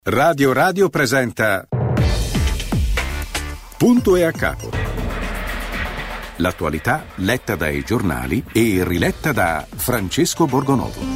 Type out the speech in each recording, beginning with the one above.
Radio Radio presenta Punto e a capo. L'attualità letta dai giornali e riletta da Francesco Borgonovo.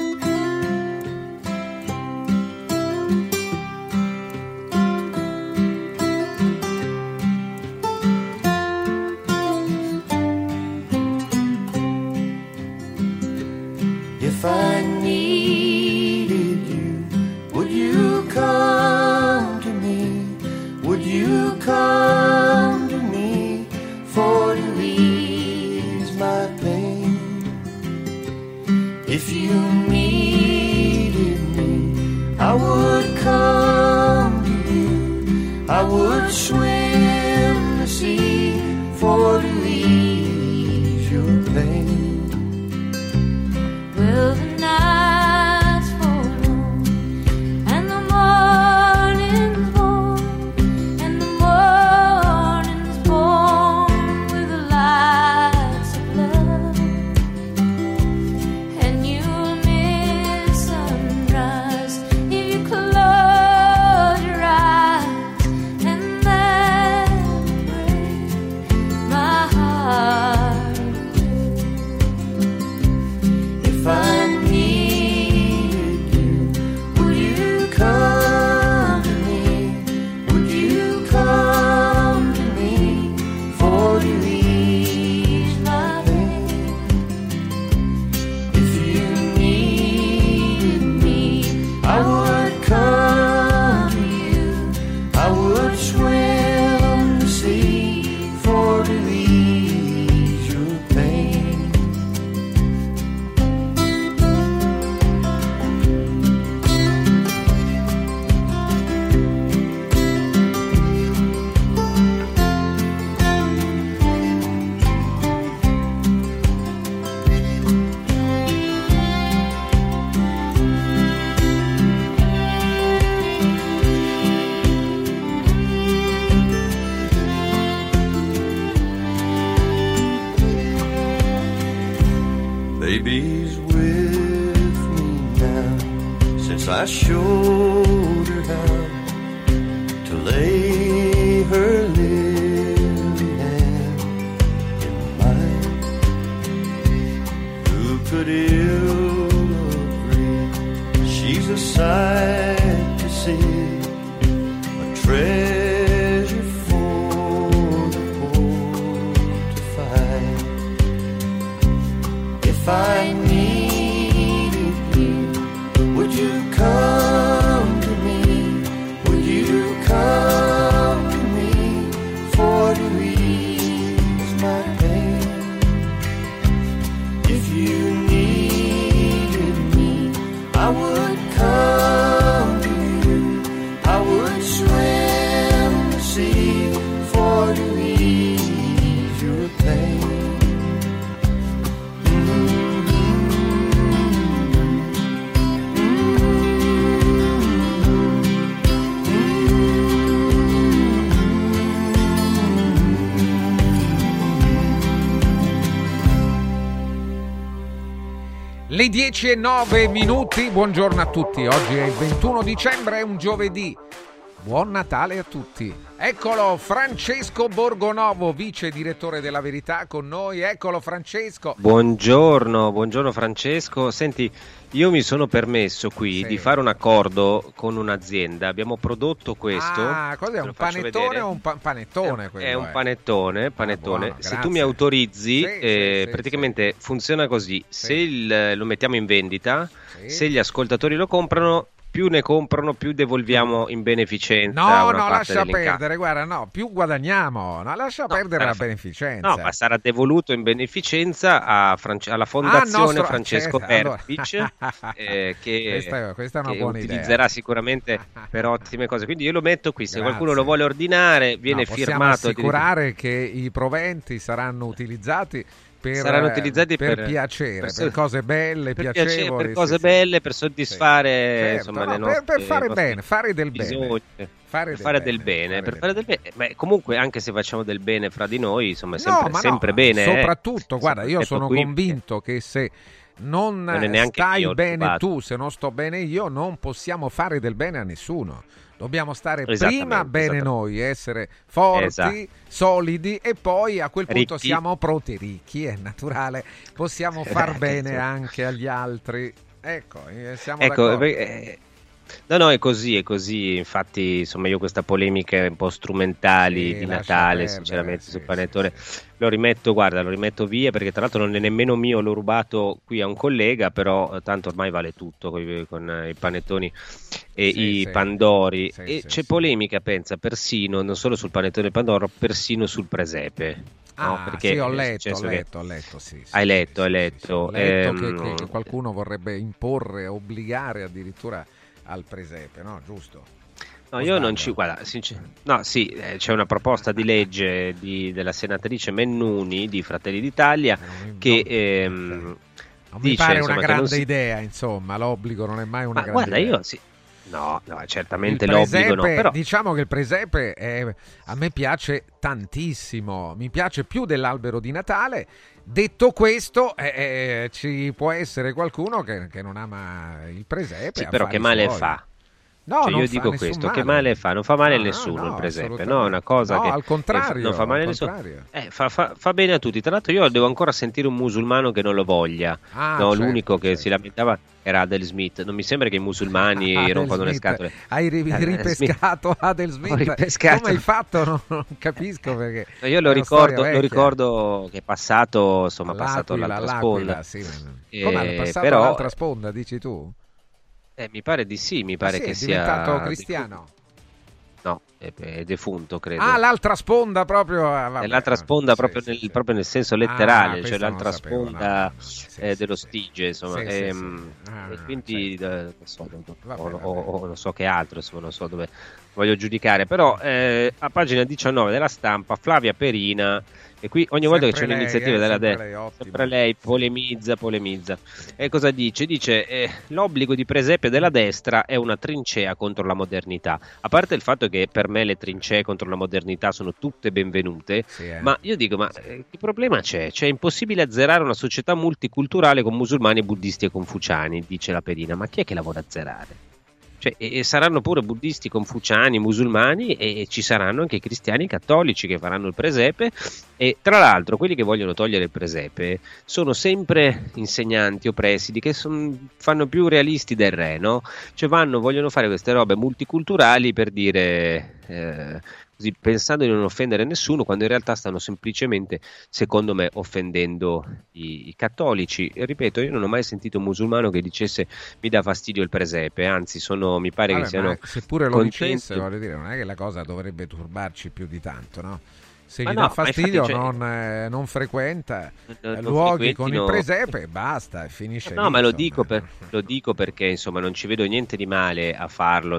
Baby's with me now, since I showed her how to lay her lily hand in mine. Who could ill agree? She's a sight to see, a treasure for the poor to find. If I needed you, would you come to me? Would you come to me for to ease my pain? If you needed me, I would come to you. I would swim the sea for to ease your pain. Le 10:09, buongiorno a tutti, oggi è il 21 dicembre, è un giovedì, buon Natale a tutti. Eccolo Francesco Borgonovo, vice direttore della Verità con noi, eccolo Francesco. Buongiorno Francesco, senti, io mi sono permesso qui di fare un accordo con un'azienda, abbiamo prodotto questo. Ah, cos'è, un panettone o un panettone? È un panettone. Buono, se tu mi autorizzi, sì. praticamente funziona così, Sì. se lo mettiamo in vendita, Sì. se gli ascoltatori lo comprano, più ne comprano, più devolviamo in beneficenza No, una parte lascia dell'incasso. perdere, guarda, no, più guadagniamo, no, lascia perdere la beneficenza. No, ma sarà devoluto in beneficenza alla Fondazione Francesco Perpic, che questa è una buona utilizzerà sicuramente per ottime cose. Quindi io lo metto qui, se Grazie. qualcuno lo vuole ordinare, viene Possiamo firmato. assicurare che i proventi saranno utilizzati per piacere, per cose belle, piacevoli, per cose belle, per soddisfare certo, le nostre, per fare bene, fare del bisogni, bene. Per fare del bene. Beh, comunque anche se facciamo del bene fra di noi, insomma, è sempre bene. Soprattutto, guarda, io sono convinto che se non è neanche stai mio, bene rubato. tu, se non sto bene io, non possiamo fare del bene a nessuno. Dobbiamo stare Esattamente, prima bene esattamente. noi, essere forti, Esatto. solidi, e poi a quel punto Ricchi. siamo pronti, ricchi, è naturale, possiamo far bene Sì. anche agli altri. Ecco, siamo Ecco, d'accordo. no, è così, infatti, insomma, io questa polemica un po' strumentali Sì, di lascia Natale, perdere, sinceramente, sì, sul sì, panettone, sì. lo rimetto via, perché tra l'altro non è nemmeno mio, l'ho rubato qui a un collega, però tanto ormai vale tutto con i panettoni e Sì, i sì. pandori, Sì, e sì, c'è sì. polemica, pensa, persino, non solo sul panettone e il pandoro, persino sul presepe, no? Ah, Perché sì, ho è letto, successo che... sì, sì, Hai sì, letto, sì, hai sì, sì. Ho letto. letto che qualcuno vorrebbe imporre, obbligare addirittura al presepe, no? Giusto? No, O io non sbaglio? ci guarda, no, sì, c'è una proposta di legge della senatrice Mennuni di Fratelli d'Italia che Non mi dice, pare una insomma, che non grande si... idea, insomma, l'obbligo non è mai una Ma grande guarda, idea. io sì. No, Il certamente l'obbligo no, presepe, però diciamo che il presepe a me piace tantissimo, mi piace più dell'albero di Natale. Detto questo, ci può essere qualcuno che non ama il presepe, sì, però che affari male suoi. fa? No, Cioè non io fa dico nessun questo, che male. male fa? Non fa male a No, no, nessuno il no, presepe, no? È una assolutamente. cosa No, che al contrario, non fa male a al nessuno. contrario. Fa bene a tutti. Tra l'altro io devo ancora sentire un musulmano che non lo voglia. Ah, No, l'unico certo, che si certo. lamentava era Adel Smith. Non mi sembra che i musulmani Adel rompano le Smith, scatole. hai Smith. ripescato Adel Ho Smith? ripescato. Come hai fatto? Non capisco, perché No, io è una storia lo vecchia. ricordo che è passato, insomma, passato all'altra sponda. All'Aquila, sì. Come è passato Però all'altra sponda, dici tu? mi pare di sì, mi Ah pare sì, che è diventato sia cristiano. no, è defunto, credo. Ah, l'altra sponda proprio, vabbè, Nell'altra sponda sì, proprio, sì, sì. proprio nel senso Ah, letterale, cioè questo non lo l'altra sapevo, sponda no. Sì, dello sì. Stige, insomma. Sì, sì, sì. E quindi certo. non so, Vabbè, o non so che altro, insomma, non so dove voglio giudicare, però a pagina 19 della Stampa Flavia Perina, e qui ogni volta che c'è Sempre lei, un'iniziativa della sempre destra, lei, ottimo. sempre lei polemizza. E cosa dice? Dice l'obbligo di presepe della destra è una trincea contro la modernità. A parte il fatto che per me le trincee contro la modernità sono tutte benvenute, Sì, ma io dico, che problema c'è? Cioè, è impossibile azzerare una società multiculturale con musulmani, buddisti e confuciani, dice la Perina. Ma chi è che la vuole azzerare? Cioè, e saranno pure buddisti, confuciani, musulmani, e ci saranno anche i cristiani cattolici che faranno il presepe. E tra l'altro quelli che vogliono togliere il presepe sono sempre insegnanti o presidi che fanno più realisti del re, no? Cioè vogliono fare queste robe multiculturali per dire così, pensando di non offendere nessuno, quando in realtà stanno semplicemente, secondo me, offendendo i cattolici. E ripeto, io non ho mai sentito un musulmano che dicesse mi dà fastidio il presepe, anzi mi pare Vabbè, che siano ma seppure lo contenti. dicesse, voglio dire, non è che la cosa dovrebbe turbarci più di tanto, no? Se Ma gli no, dà ma fastidio, infatti, cioè, non frequenta non luoghi con il frequentino. presepe e basta, e finisce No, lì, ma lo insomma. dico perché insomma non ci vedo niente di male a farlo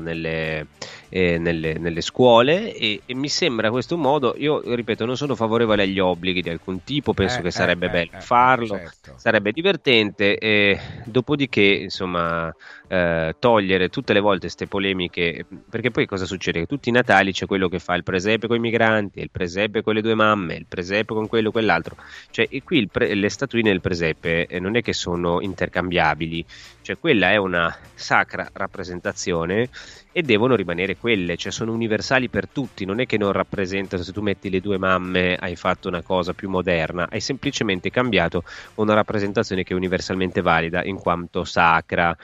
nelle scuole, e mi sembra questo un modo. Io ripeto, non sono favorevole agli obblighi di alcun tipo, penso che sarebbe bello farlo, certo. sarebbe divertente, e dopodiché insomma togliere tutte le volte queste polemiche, perché poi cosa succede? Che tutti i Natali c'è quello che fa il presepe con i migranti, il presepe con le due mamme, il presepe con quello e quell'altro. Cioè, e qui le statuine del presepe non è che sono intercambiabili, cioè quella è una sacra rappresentazione e devono rimanere quelle, cioè sono universali per tutti, non è che non rappresentano, se tu metti le due mamme hai fatto una cosa più moderna, hai semplicemente cambiato una rappresentazione che è universalmente valida in quanto sacra.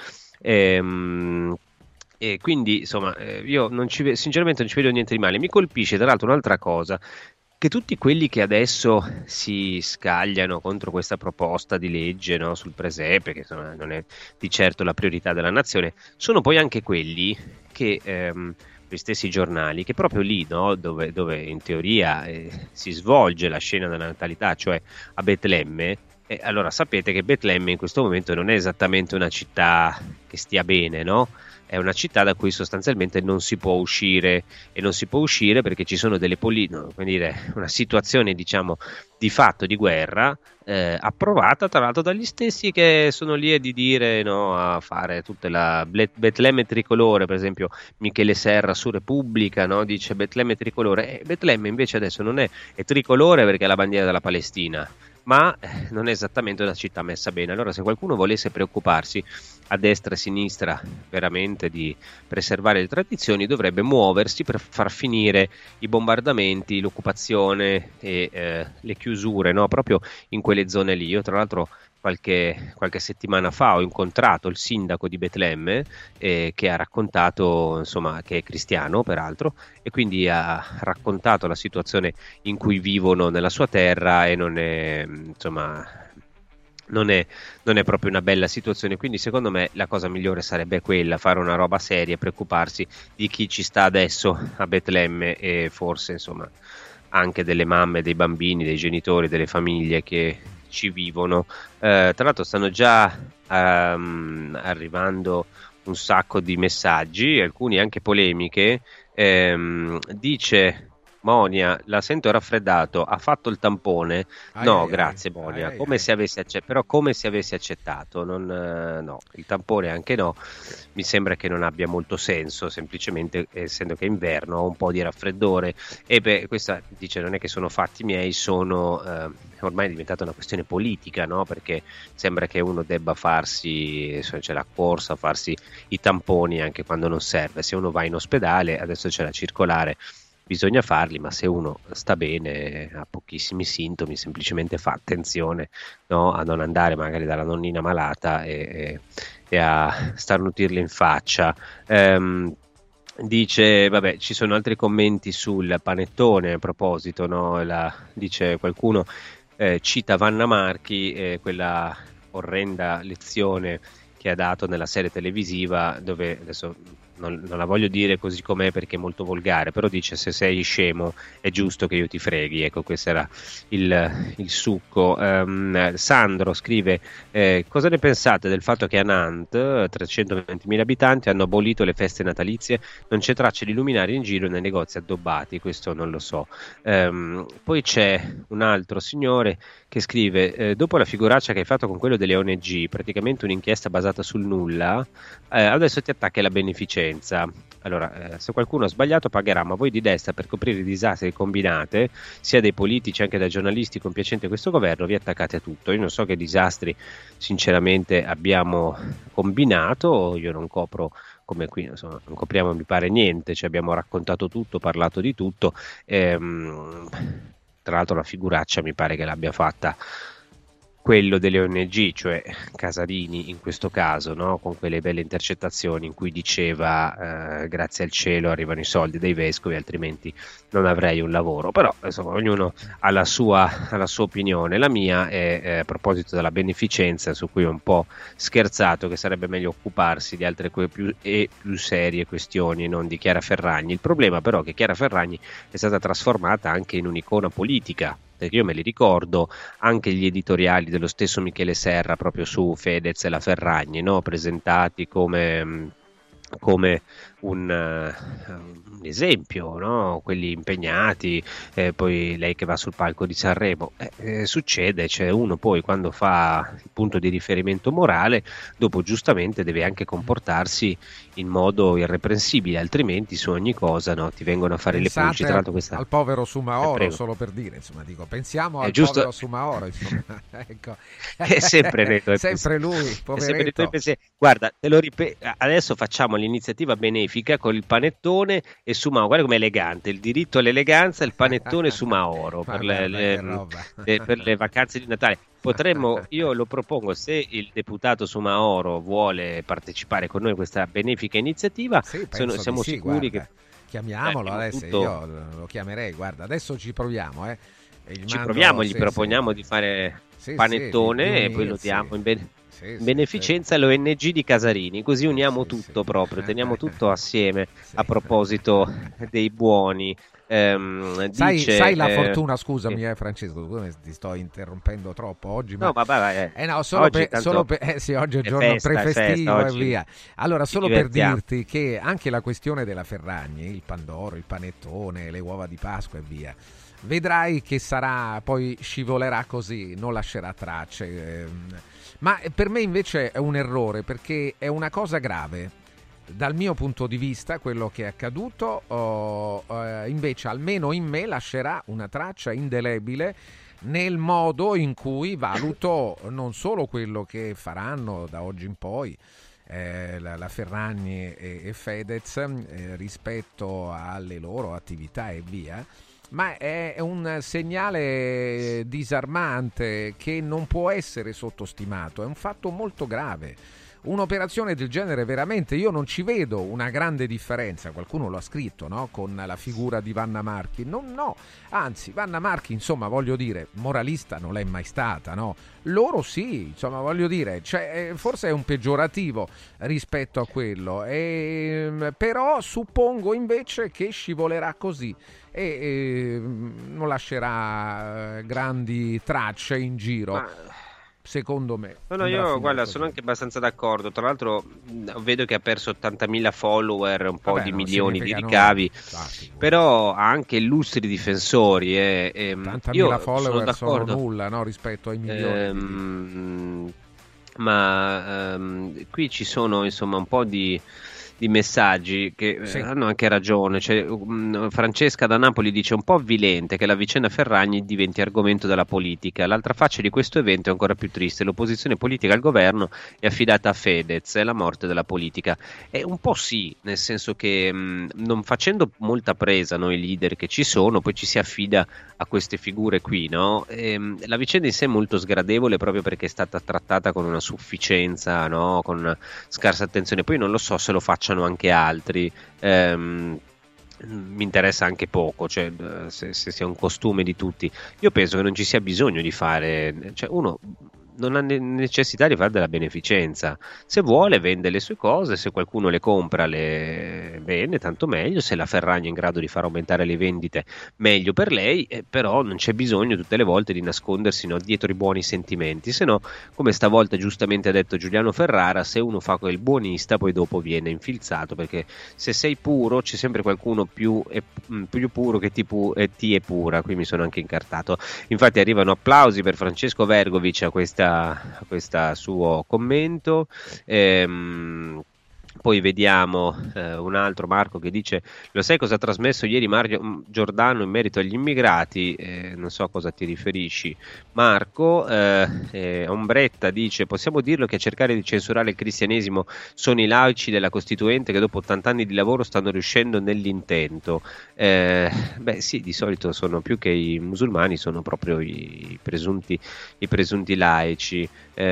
E quindi insomma io sinceramente non ci vedo niente di male. Mi colpisce tra l'altro un'altra cosa, che tutti quelli che adesso si scagliano contro questa proposta di legge, no, sul presepe, che insomma non è di certo la priorità della nazione, sono poi anche quelli che gli stessi giornali che proprio lì, no, dove in teoria si svolge la scena della natalità, cioè a Betlemme. E allora sapete che Betlemme in questo momento non è esattamente una città che stia bene, no? È una città da cui sostanzialmente non si può uscire, e non si può uscire perché ci sono una situazione, diciamo, di fatto di guerra approvata tra l'altro dagli stessi che sono lì di dire no a fare tutta la Betlemme tricolore. Per esempio Michele Serra su Repubblica, no, dice Betlemme tricolore, e Betlemme invece adesso non è tricolore perché è la bandiera della Palestina, ma non è esattamente una città messa bene. Allora, se qualcuno volesse preoccuparsi a destra e a sinistra veramente di preservare le tradizioni, dovrebbe muoversi per far finire i bombardamenti, l'occupazione e le chiusure, no? Proprio in quelle zone lì. Io tra l'altro qualche settimana fa ho incontrato il sindaco di Betlemme, che ha raccontato, insomma, che è cristiano peraltro, e quindi ha raccontato la situazione in cui vivono nella sua terra, e non è, insomma, non è proprio una bella situazione. Quindi secondo me la cosa migliore sarebbe quella, fare una roba seria e preoccuparsi di chi ci sta adesso a Betlemme, e forse, insomma, anche delle mamme, dei bambini, dei genitori, delle famiglie che ci vivono. Tra l'altro stanno già arrivando un sacco di messaggi, alcuni anche polemiche. Dice Monia, la sento raffreddato, ha fatto il tampone? No, grazie Monia, come se avessi accettato, no, il tampone anche no, mi sembra che non abbia molto senso, semplicemente essendo che è inverno ho un po' di raffreddore. E beh, questa dice non è che sono fatti miei, sono ormai è diventata una questione politica, no? Perché sembra che uno debba farsi, c'è la corsa a farsi i tamponi anche quando non serve. Se uno va in ospedale, adesso c'è la circolare, bisogna farli, ma se uno sta bene, ha pochissimi sintomi, semplicemente fa attenzione, no? A non andare magari dalla nonnina malata e a starnutirle in faccia. Dice, vabbè, ci sono altri commenti sul panettone a proposito, no? Dice qualcuno, cita Vanna Marchi, quella orrenda lezione che ha dato nella serie televisiva, dove adesso non la voglio dire così com'è perché è molto volgare, però dice: se sei scemo è giusto che io ti freghi. Ecco, questo era il succo. Sandro scrive: cosa ne pensate del fatto che a Nantes, 320.000 abitanti, hanno abolito le feste natalizie? Non c'è traccia di luminari in giro nei negozi addobbati, questo non lo so. Poi c'è un altro signore che scrive: dopo la figuraccia che hai fatto con quello delle ONG, praticamente un'inchiesta basata sul nulla, adesso ti attacchi alla beneficenza. Allora, se qualcuno ha sbagliato pagherà, ma voi di destra, per coprire i disastri che combinate, sia dei politici anche dai giornalisti compiacenti a questo governo, vi attaccate a tutto. Io non so che disastri sinceramente abbiamo combinato, io non copro, come qui, insomma, non copriamo mi pare niente, ci abbiamo raccontato tutto, parlato di tutto. Tra l'altro la figuraccia mi pare che l'abbia fatta quello delle ONG, cioè Casarini in questo caso, no? Con quelle belle intercettazioni in cui diceva grazie al cielo arrivano i soldi dei vescovi, altrimenti non avrei un lavoro. Però insomma ognuno ha la sua opinione. La mia è a proposito della beneficenza, su cui ho un po' scherzato, che sarebbe meglio occuparsi di altre più serie questioni, non di Chiara Ferragni. Il problema però è che Chiara Ferragni è stata trasformata anche in un'icona politica, perché io me li ricordo anche gli editoriali dello stesso Michele Serra proprio su Fedez e la Ferragni, no? Presentati come un esempio, no? Quelli impegnati, poi lei che va sul palco di Sanremo, succede, c'è uno poi quando fa il punto di riferimento morale, dopo giustamente deve anche comportarsi in modo irreprensibile, altrimenti su ogni cosa, no? Ti vengono a fare le pulci. Tra l'altro questa... al povero Soumahoro, solo per dire, insomma, dico, pensiamo al povero Soumahoro, insomma. Ecco. È sempre sempre lui, poveretto. Guarda, te lo ripeto, adesso facciamo l'iniziativa benefica con il panettone e Soumahoro, guarda com'è elegante, il diritto all'eleganza, il panettone Soumahoro per le vacanze di Natale. Potremmo, io lo propongo, se il deputato Soumahoro vuole partecipare con noi a questa benefica iniziativa, siamo sicuri che chiamiamolo adesso, io lo chiamerei, guarda, adesso ci proviamo, gli proponiamo di fare panettone e poi lo diamo in beneficenza all'ONG di Casarini, così uniamo tutto proprio, teniamo tutto assieme. A proposito dei buoni, sai la fortuna, scusami Francesco, ti sto interrompendo troppo oggi, ma... no, vabbè, oggi è giorno prefestivo e via. Allora, solo per dirti che anche la questione della Ferragni, il pandoro, il panettone, le uova di Pasqua e via, vedrai che poi scivolerà così, non lascerà tracce, ma per me invece è un errore, perché è una cosa grave. Dal mio punto di vista, quello che è accaduto invece almeno in me lascerà una traccia indelebile nel modo in cui valuto non solo quello che faranno da oggi in poi la Ferragni e Fedez rispetto alle loro attività e via, ma è un segnale disarmante che non può essere sottostimato, è un fatto molto grave. Un'operazione del genere veramente io non ci vedo una grande differenza, qualcuno lo ha scritto, no? Con la figura di Vanna Marchi, no, anzi Vanna Marchi, insomma, voglio dire, moralista non l'è mai stata, no? Loro sì, insomma, voglio dire, cioè, forse è un peggiorativo rispetto a quello, però suppongo invece che scivolerà così e non lascerà grandi tracce in giro. Secondo me. No, io guarda, sono anche abbastanza d'accordo. Tra l'altro vedo che ha perso 80.000 follower, un po' di milioni di ricavi, però ha anche illustri difensori. 80.000 follower sono nulla, no, rispetto ai milioni. Qui ci sono insomma un po' di messaggi che hanno anche ragione. Francesca da Napoli dice: un po' avvilente che la vicenda Ferragni diventi argomento della politica. L'altra faccia di questo evento è ancora più triste: l'opposizione politica al governo è affidata a Fedez, è la morte della politica. È un po' sì, nel senso che non facendo molta presa noi leader che ci sono, poi ci si affida a queste figure qui, no? La vicenda in sé è molto sgradevole proprio perché è stata trattata con una sufficienza, no? Con scarsa attenzione. Poi non lo so se lo facciano anche altri, mi interessa anche poco, cioè se sia un costume di tutti. Io penso che non ci sia bisogno di fare, cioè uno non ha necessità di fare della beneficenza. Se vuole vende le sue cose, se qualcuno le compra bene, tanto meglio. Se la Ferragni è in grado di far aumentare le vendite, meglio per lei, però non c'è bisogno tutte le volte di nascondersi, no, dietro i buoni sentimenti, se no, come stavolta giustamente ha detto Giuliano Ferrara, se uno fa quel buonista poi dopo viene infilzato, perché se sei puro c'è sempre qualcuno più puro che ti è pura. Qui mi sono anche incartato. Infatti arrivano applausi per Francesco Vergovic a questo suo commento. Poi vediamo un altro, Marco, che dice: lo sai cosa ha trasmesso ieri Mario Giordano in merito agli immigrati? Non so a cosa ti riferisci, Marco. Ombretta dice: possiamo dirlo che a cercare di censurare il cristianesimo sono i laici della Costituente che dopo 80 anni di lavoro stanno riuscendo nell'intento. Sì, di solito sono più che i musulmani, sono proprio i presunti laici.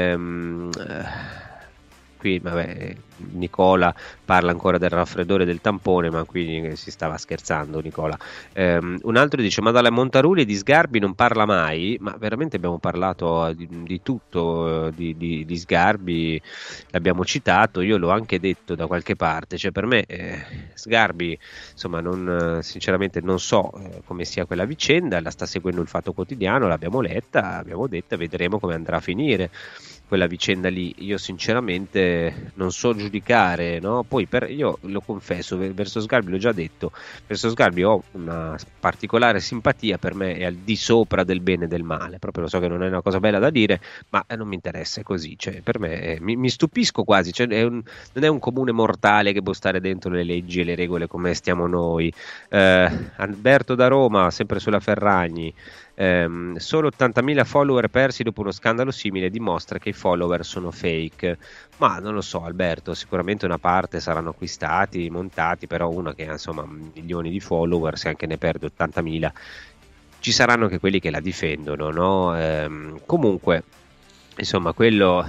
Qui Nicola parla ancora del raffreddore del tampone, ma qui si stava scherzando Nicola. Un altro dice: ma dalla Montaruli e di Sgarbi non parla mai. Ma veramente abbiamo parlato di tutto, di Sgarbi l'abbiamo citato, io l'ho anche detto da qualche parte, cioè per me Sgarbi, insomma, sinceramente non so come sia quella vicenda, la sta seguendo il Fatto Quotidiano, l'abbiamo letta, abbiamo detto, vedremo come andrà a finire quella vicenda lì. Io sinceramente non so giudicare, no? Poi io lo confesso, verso Sgarbi l'ho già detto, verso Sgarbi ho una particolare simpatia, per me è al di sopra del bene e del male, proprio lo so che non è una cosa bella da dire, ma non mi interessa, è così, cioè per me mi stupisco quasi, cioè non è un comune mortale che può stare dentro le leggi e le regole come stiamo noi. Alberto da Roma, sempre sulla Ferragni: solo 80.000 follower persi dopo uno scandalo simile dimostra che i follower sono fake. Ma non lo so, Alberto, sicuramente una parte saranno acquistati, montati, però uno che ha insomma milioni di follower, se anche ne perde 80.000, ci saranno anche quelli che la difendono, no? Comunque insomma quello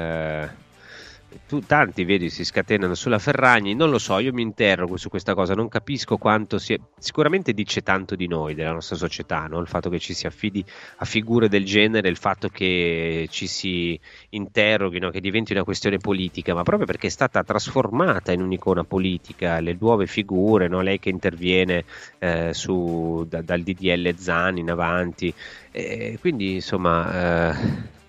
tanti vedi si scatenano sulla Ferragni, non lo so, io mi interrogo su questa cosa, non capisco quanto sicuramente dice tanto di noi, della nostra società, no? Il fatto che ci si affidi a figure del genere, il fatto che ci si interroghino, che diventi una questione politica, ma proprio perché è stata trasformata in un'icona politica, le nuove figure, no? Lei che interviene dal DDL Zan in avanti, quindi insomma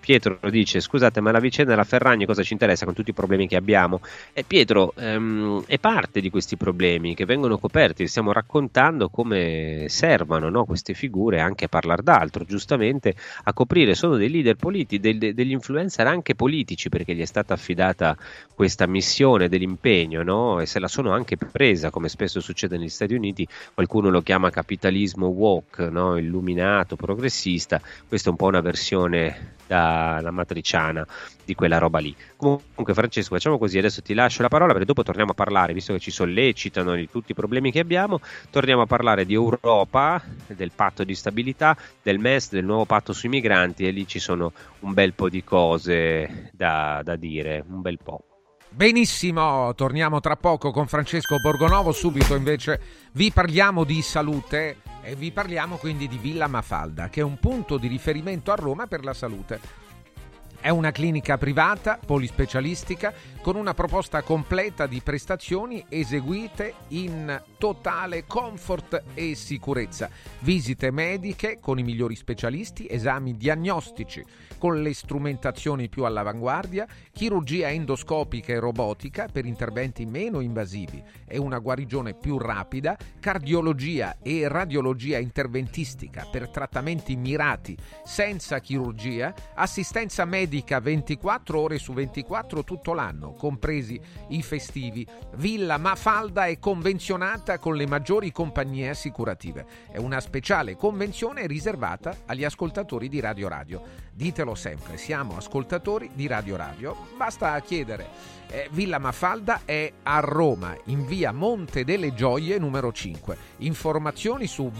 Pietro dice: scusate, ma la vicenda della Ferragni cosa ci interessa con tutti i problemi che abbiamo? E Pietro, è parte di questi problemi che vengono coperti, stiamo raccontando come servano, no, queste figure anche a parlare d'altro, giustamente a coprire, sono dei leader politici, degli influencer anche politici, perché gli è stata affidata questa missione dell'impegno, no? E se la sono anche presa, come spesso succede negli Stati Uniti. Qualcuno lo chiama capitalismo woke, no? Illuminato, progressista. Questa è un po' una versione da matriciana di quella roba lì. Comunque Francesco, facciamo così, adesso ti lascio la parola perché dopo torniamo a parlare, visto che ci sollecitano di tutti i problemi che abbiamo, torniamo a parlare di Europa, del patto di stabilità, del MES, del nuovo patto sui migranti, e lì ci sono un bel po' di cose da dire, un bel po'. Benissimo, torniamo tra poco con Francesco Borgonovo. Subito invece vi parliamo di salute e vi parliamo quindi di Villa Mafalda, che è un punto di riferimento a Roma per la salute. È una clinica privata, polispecialistica, con una proposta completa di prestazioni eseguite in totale comfort e sicurezza. Visite mediche con i migliori specialisti, esami diagnostici con le strumentazioni più all'avanguardia, chirurgia endoscopica e robotica per interventi meno invasivi e una guarigione più rapida, cardiologia e radiologia interventistica per trattamenti mirati senza chirurgia, assistenza medica 24 ore su 24 tutto l'anno, compresi i festivi. Villa Mafalda è convenzionata con le maggiori compagnie assicurative. È una speciale convenzione riservata agli ascoltatori di Radio Radio. Ditelo sempre, siamo ascoltatori di Radio Radio, basta chiedere. Villa Mafalda è a Roma, in via Monte delle Gioie numero 5. Informazioni su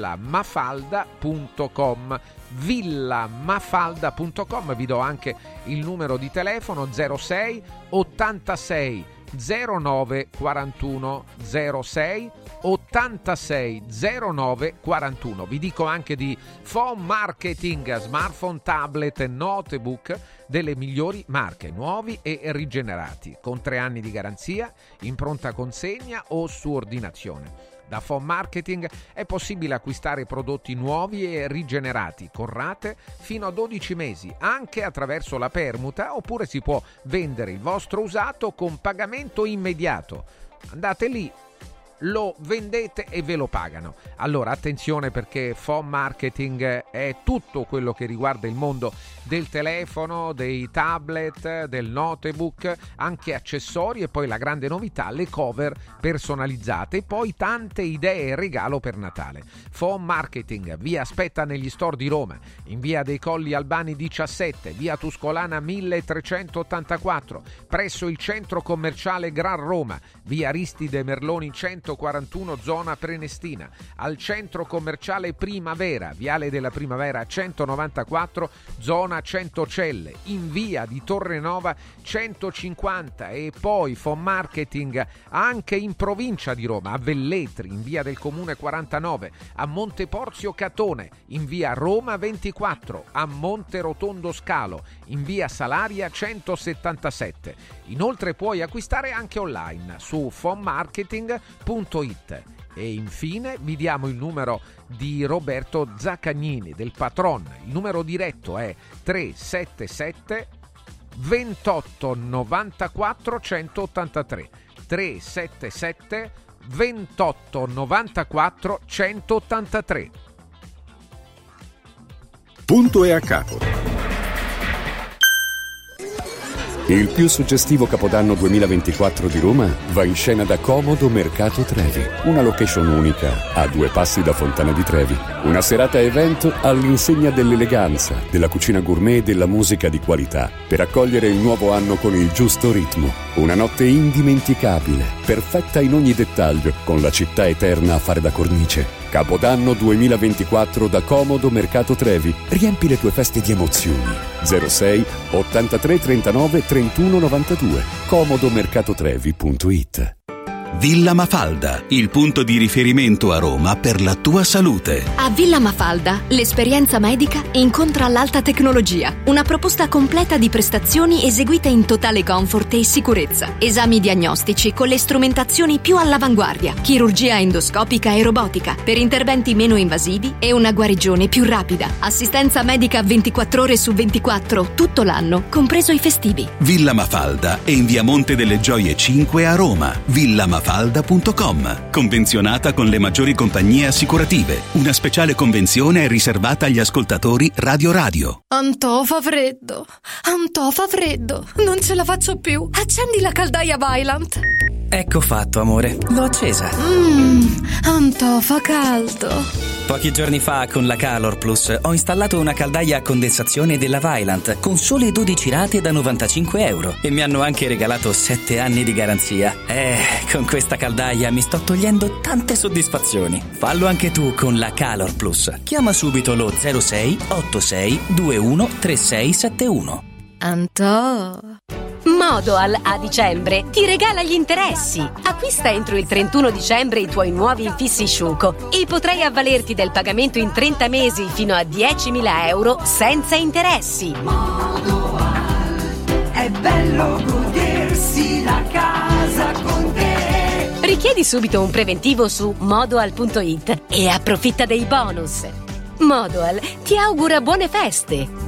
villamafalda.com. villamafalda.com. Vi do anche il numero di telefono 06 86 09 41 06 86 09 41. Vi dico anche di Phone Marketing, smartphone, tablet e notebook delle migliori marche, nuovi e rigenerati, con 3 anni di garanzia, in pronta consegna o su ordinazione. Da Phone Marketing è possibile acquistare prodotti nuovi e rigenerati con rate fino a 12 mesi, anche attraverso la permuta, oppure si può vendere il vostro usato con pagamento immediato. Andate lì, lo vendete e ve lo pagano. Allora attenzione, perché Phone Marketing è tutto quello che riguarda il mondo del telefono, dei tablet, del notebook, anche accessori e poi la grande novità, le cover personalizzate e poi tante idee e regalo per Natale. Phone Marketing vi aspetta negli store di Roma, in via dei Colli Albani 17, via Tuscolana 1384, presso il centro commerciale Gran Roma, via Aristide Merloni 141 zona Prenestina, al centro commerciale Primavera, viale della Primavera 194 zona Centocelle, in via di Torrenova 150, e poi Phone Marketing anche in provincia di Roma, a Velletri in via del Comune 49, a Monteporzio Catone in via Roma 24, a Monterotondo Scalo in via Salaria 177. Inoltre puoi acquistare anche online su phonemarketing.it. E infine vi diamo il numero di Roberto Zaccagnini, del Patron. Il numero diretto è 377 28 94 183. 377 28 94 183. Punto e a capo. Il più suggestivo Capodanno 2024 di Roma va in scena da Comodo Mercato Trevi, una location unica a 2 passi da Fontana di Trevi. Una serata evento all'insegna dell'eleganza, della cucina gourmet e della musica di qualità, per accogliere il nuovo anno con il giusto ritmo. Una notte indimenticabile, perfetta in ogni dettaglio, con la città eterna a fare da cornice. Capodanno 2024 da Comodo Mercato Trevi. Riempi le tue feste di emozioni. 06 83 39 31 92. comodomercatotrevi.it. Villa Mafalda, il punto di riferimento a Roma per la tua salute. A Villa Mafalda, l'esperienza medica incontra l'alta tecnologia. Una proposta completa di prestazioni eseguite in totale comfort e sicurezza. Esami diagnostici con le strumentazioni più all'avanguardia. Chirurgia endoscopica e robotica per interventi meno invasivi e una guarigione più rapida. Assistenza medica 24 ore su 24, tutto l'anno, compreso i festivi. Villa Mafalda è in via Monte delle Gioie 5 a Roma. villamafalda.com. Convenzionata con le maggiori compagnie assicurative. Una speciale convenzione è riservata agli ascoltatori Radio. Antò fa freddo, non ce la faccio più. Accendi la caldaia Vaillant. Ecco fatto, amore, l'ho accesa. Antò fa caldo. Pochi giorni fa con la Calor Plus ho installato una caldaia a condensazione della Vaillant con sole 12 rate da €95 e mi hanno anche regalato 7 anni di garanzia. Con questa caldaia mi sto togliendo tante soddisfazioni. Fallo anche tu con la Calor Plus. Chiama subito lo 06 86 21 3671. Antò. Modoal a dicembre ti regala gli interessi. Acquista entro il 31 dicembre i tuoi nuovi infissi Sciuco e potrai avvalerti del pagamento in 30 mesi fino a €10.000 senza interessi. Modoal, è bello godersi la casa con te. Richiedi subito un preventivo su modoal.it e approfitta dei bonus. Modoal ti augura buone feste.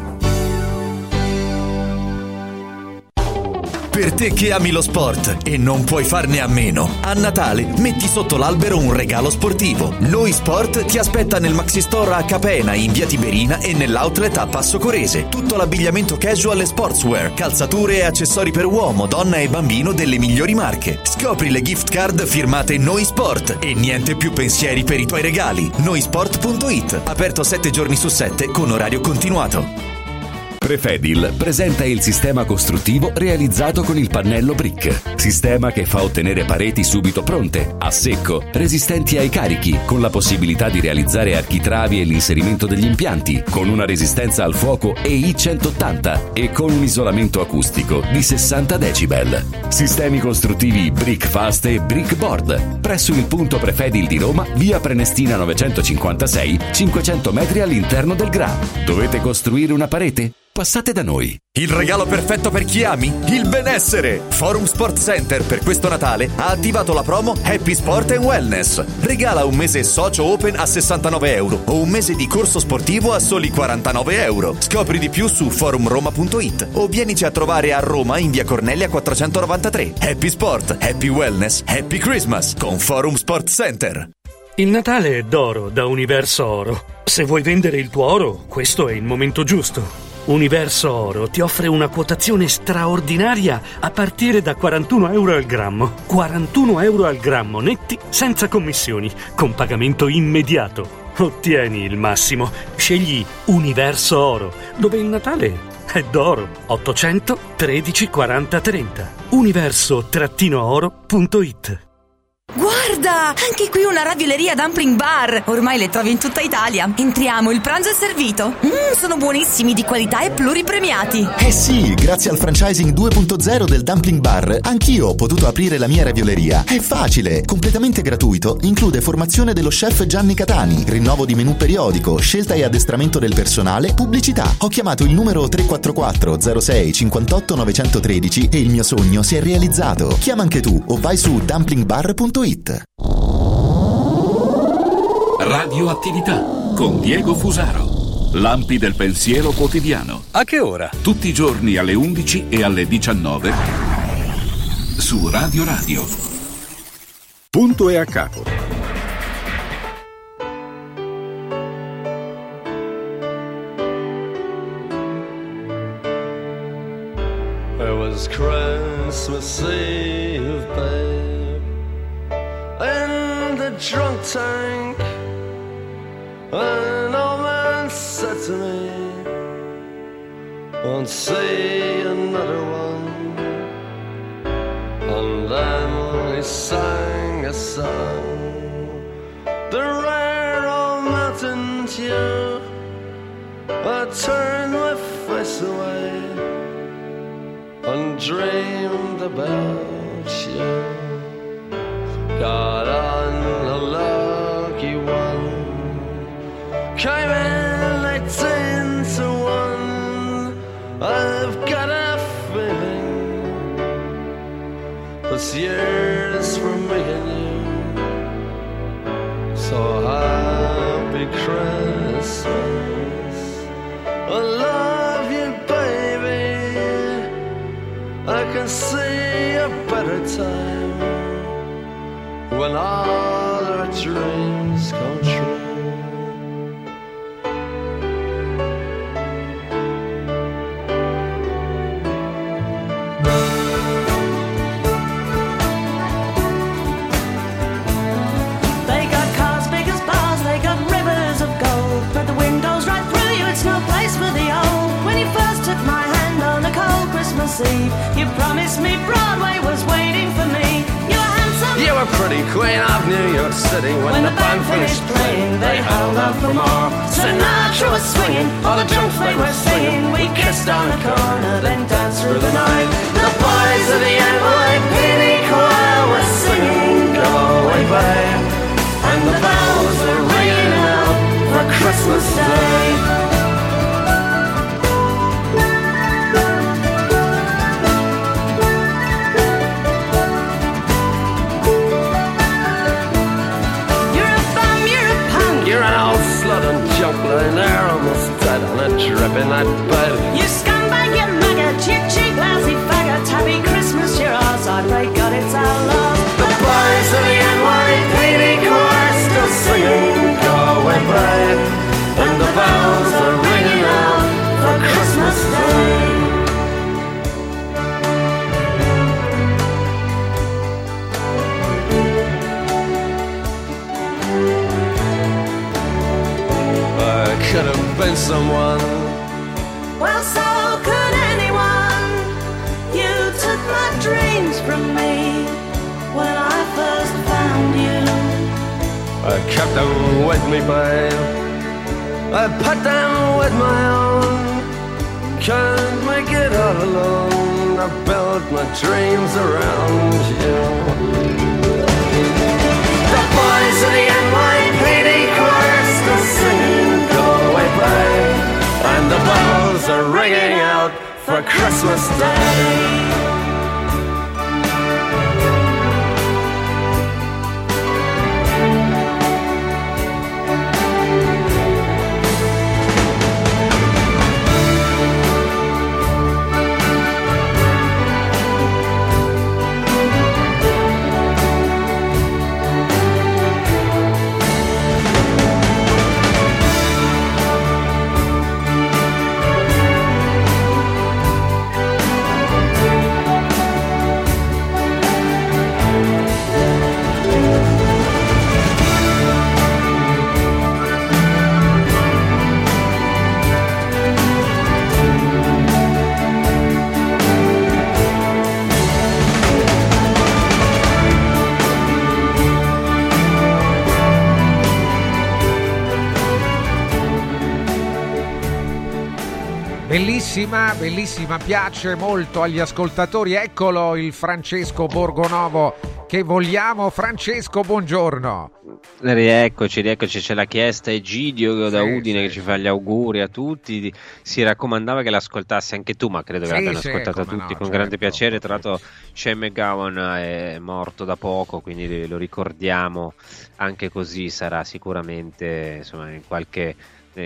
Per te che ami lo sport e non puoi farne a meno, a Natale metti sotto l'albero un regalo sportivo. Noi Sport ti aspetta nel Maxi Store a Capena in via Tiberina e nell'outlet a Passo Corese. Tutto l'abbigliamento casual e sportswear, calzature e accessori per uomo, donna e bambino delle migliori marche. Scopri le gift card firmate Noi Sport e niente più pensieri per i tuoi regali. Noisport.it, aperto 7 giorni su 7 con orario continuato. Prefedil presenta il sistema costruttivo realizzato con il pannello brick. Sistema che fa ottenere pareti subito pronte, a secco, resistenti ai carichi, con la possibilità di realizzare architravi e l'inserimento degli impianti, con una resistenza al fuoco EI 180 e con un isolamento acustico di 60 decibel. Sistemi costruttivi Brick Fast e Brick Board. Presso il punto Prefedil di Roma, via Prenestina 956, 500 metri all'interno del GRA. Dovete costruire una parete? Passate da noi. Il regalo perfetto per chi ami? Il benessere! Forum Sport Center per questo Natale ha attivato la promo Happy Sport and Wellness. Regala un mese socio open a €69 o un mese di corso sportivo a soli €49. Scopri di più su forumroma.it o vienici a trovare a Roma in via Cornelia 493. Happy Sport, Happy Wellness, Happy Christmas con Forum Sport Center. Il Natale è d'oro da Universo Oro. Se vuoi vendere il tuo oro, questo è il momento giusto. Universo Oro ti offre una quotazione straordinaria a partire da €41 al grammo. €41 al grammo netti senza commissioni, con pagamento immediato. Ottieni il massimo. Scegli Universo Oro, dove il Natale è d'oro. 800 13 40 30. Universo-oro.it. Guarda, anche qui una ravioleria Dumpling Bar. Ormai le trovi in tutta Italia. Entriamo, il pranzo è servito. Sono buonissimi, di qualità e pluripremiati. Eh sì, grazie al franchising 2.0 del Dumpling Bar, anch'io ho potuto aprire la mia ravioleria. È facile, completamente gratuito, include formazione dello chef Gianni Catani, rinnovo di menù periodico, scelta e addestramento del personale, pubblicità. Ho chiamato il numero 344 06 58 913 e il mio sogno si è realizzato. Chiama anche tu o vai su dumplingbar.it. Radioattività con Diego Fusaro. Lampi del pensiero quotidiano. A che ora? Tutti i giorni alle 11 e alle 19 su Radio Radio. Punto e a capo. It was Christmas Eve, babe, in the drunk tank. An old man said to me, won't see another one. And then he sang a song, the rare old mountain dew. I turned my face away and dreamed about you. got on a lucky one. Came in late 10 to 1. I've got a feeling this year's for me and you. So happy Christmas, I love you baby, I can see a better time when all our dreams come true. They got cars big as bars, they got rivers of gold, but the windows right through you, it's no place for the old. When you first took my hand on a cold Christmas Eve, you promised me Broadway was waiting for me. You were handsome, You were pretty queen of New York City. When the band finished playing, they held out for more. Sinatra was swinging, all the drunks they were singing. We kissed on the corner, then danced through the night. The boys of the NYPD choir were singing Go Away Babe, and the bells were ringing out for Christmas Day. You're an old slut and junk lying there almost dead on a drip in that bed. you scumbag, you maggot, you cheap lousy faggot. Happy Christmas, you're ours, I pray God it's our love. The boys of the NYPD choir still singing Go Away Babe, and the bells are ringing out for Christmas Day. I could have been someone. Well, so could anyone. You took my dreams from me when I first found you. I kept them with me, babe. I put them with my own. Can't make it all alone. I built my dreams around you. The boys of the NYPD choir still singing Go Away Babe, and the bells are ringing out for Christmas Day. Bellissima, bellissima, piace molto agli ascoltatori. Eccolo il Francesco Borgonovo che vogliamo. Francesco, buongiorno. Rieccoci, ce l'ha chiesta Egidio da Udine che ci fa gli auguri a tutti. Si raccomandava che l'ascoltassi anche tu, ma credo che l'abbiano ascoltata tutti con grande piacere. Tra l'altro Shane McGowan è morto da poco, quindi lo ricordiamo anche così. Sarà sicuramente insomma in qualche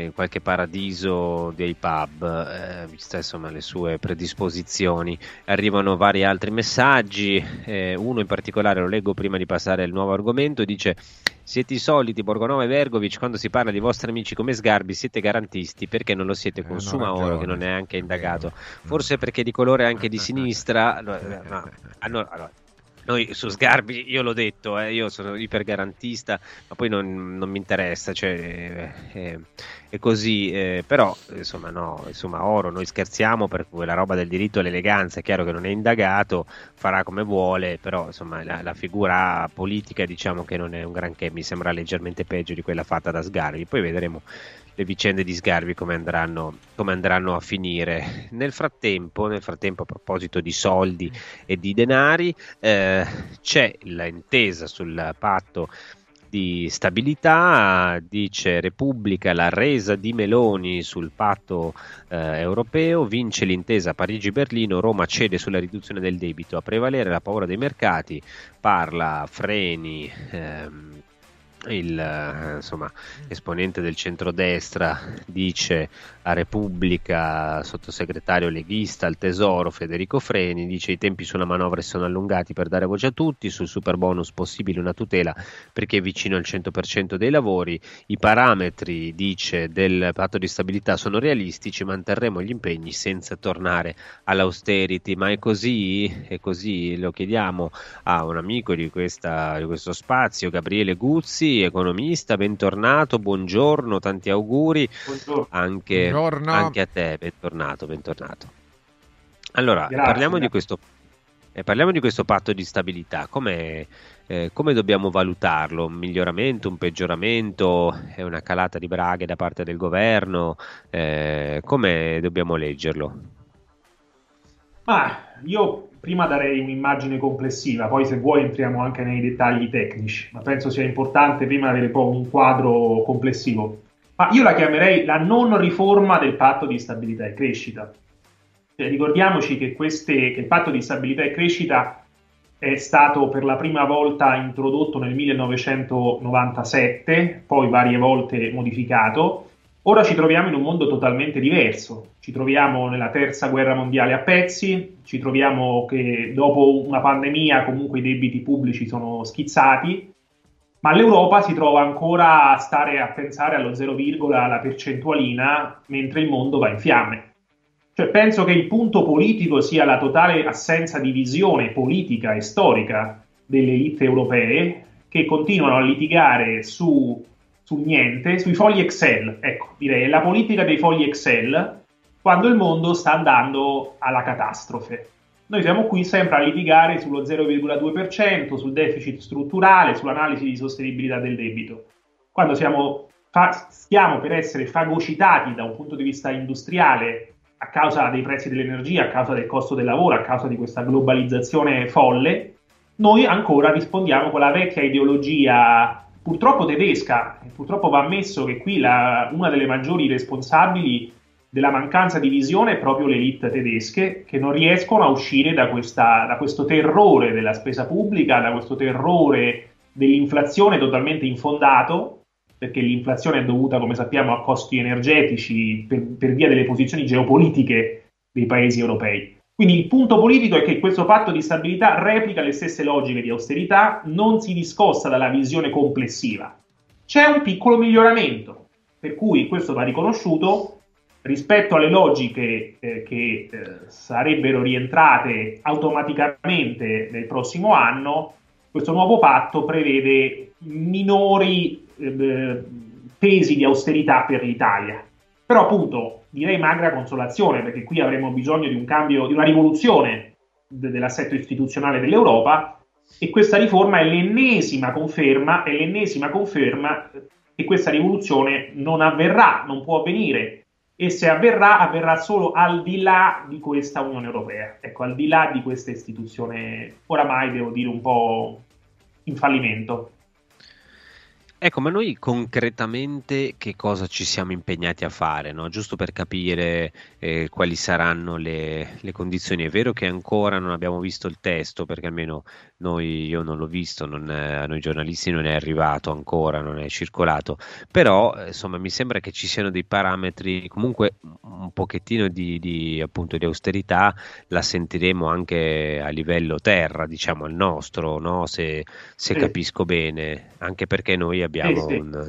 paradiso dei pub, vista insomma le sue predisposizioni. Arrivano vari altri messaggi, uno in particolare lo leggo prima di passare al nuovo argomento. Dice: siete i soliti Borgonova e Vergovic, quando si parla di vostri amici come Sgarbi siete garantisti, perché non lo siete con Sumaoro che non è anche indagato? Forse perché di colore anche di sinistra. Allora, noi su Sgarbi, io l'ho detto, io sono ipergarantista, ma poi non mi interessa, cioè è così, però insomma Oro, noi scherziamo per quella roba del diritto all'eleganza. È chiaro che non è indagato, farà come vuole, però insomma la figura politica diciamo che non è un granché, mi sembra leggermente peggio di quella fatta da Sgarbi. Poi vedremo le vicende di Sgarbi come andranno a finire. Nel frattempo, a proposito di soldi e di denari, c'è l'intesa sul patto di stabilità, dice Repubblica, la resa di Meloni sul patto europeo, vince l'intesa Parigi-Berlino, Roma cede sulla riduzione del debito, a prevalere la paura dei mercati, parla Freni, esponente del centrodestra, dice a Repubblica, sottosegretario leghista al Tesoro Federico Freni, dice: i tempi sulla manovra si sono allungati per dare voce a tutti, sul super bonus possibile una tutela perché è vicino al 100% dei lavori, i parametri, dice, del patto di stabilità sono realistici, manterremo gli impegni senza tornare all'austerity. Ma è così? È così? Lo chiediamo a un amico di questo spazio, Gabriele Guzzi, economista, bentornato, buongiorno, tanti auguri. Buongiorno. Anche a te, bentornato. Allora, Grazie, parliamo di questo patto di stabilità. Come dobbiamo valutarlo? Un miglioramento, un peggioramento, è una calata di braghe da parte del governo? Come dobbiamo leggerlo? Io prima darei un'immagine complessiva, poi se vuoi entriamo anche nei dettagli tecnici, ma penso sia importante prima avere poi un quadro complessivo. Ma io la chiamerei la non riforma del patto di stabilità e crescita. Ricordiamoci che il patto di stabilità e crescita è stato per la prima volta introdotto nel 1997, poi varie volte modificato. Ora ci troviamo in un mondo totalmente diverso, ci troviamo nella terza guerra mondiale a pezzi, ci troviamo che dopo una pandemia comunque i debiti pubblici sono schizzati, ma l'Europa si trova ancora a stare a pensare allo 0, la percentualina, mentre il mondo va in fiamme. Cioè, penso che il punto politico sia la totale assenza di visione politica e storica delle elite europee, che continuano a litigare su niente, sui fogli Excel. Ecco, direi, è la politica dei fogli Excel quando il mondo sta andando alla catastrofe. Noi siamo qui sempre a litigare sullo 0,2%, sul deficit strutturale, sull'analisi di sostenibilità del debito. Quando stiamo per essere fagocitati da un punto di vista industriale a causa dei prezzi dell'energia, a causa del costo del lavoro, a causa di questa globalizzazione folle, noi ancora rispondiamo con la vecchia ideologia purtroppo tedesca. Purtroppo va ammesso che qui una delle maggiori responsabili della mancanza di visione è proprio le elite tedesche, che non riescono a uscire da questo terrore della spesa pubblica, da questo terrore dell'inflazione totalmente infondato, perché l'inflazione è dovuta, come sappiamo, a costi energetici per via delle posizioni geopolitiche dei paesi europei. Quindi il punto politico è che questo patto di stabilità replica le stesse logiche di austerità, non si discosta dalla visione complessiva. C'è un piccolo miglioramento, per cui questo va riconosciuto rispetto alle logiche che sarebbero rientrate automaticamente nel prossimo anno. Questo nuovo patto prevede minori pesi di austerità per l'Italia. Però appunto direi magra consolazione, perché qui avremo bisogno di un cambio, di una rivoluzione dell'assetto istituzionale dell'Europa, e questa riforma è l'ennesima conferma che questa rivoluzione non avverrà, non può avvenire, e se avverrà solo al di là di questa Unione Europea, ecco, al di là di questa istituzione oramai, devo dire, un po' in fallimento. Ecco, ma noi concretamente che cosa ci siamo impegnati a fare, no? Giusto per capire quali saranno le condizioni. È vero che ancora non abbiamo visto il testo, perché almeno io non l'ho visto, a noi giornalisti non è arrivato ancora, non è circolato, però insomma mi sembra che ci siano dei parametri, comunque un pochettino di appunto di austerità la sentiremo anche a livello terra, diciamo al nostro, no? Se capisco bene, anche perché noi abbiamo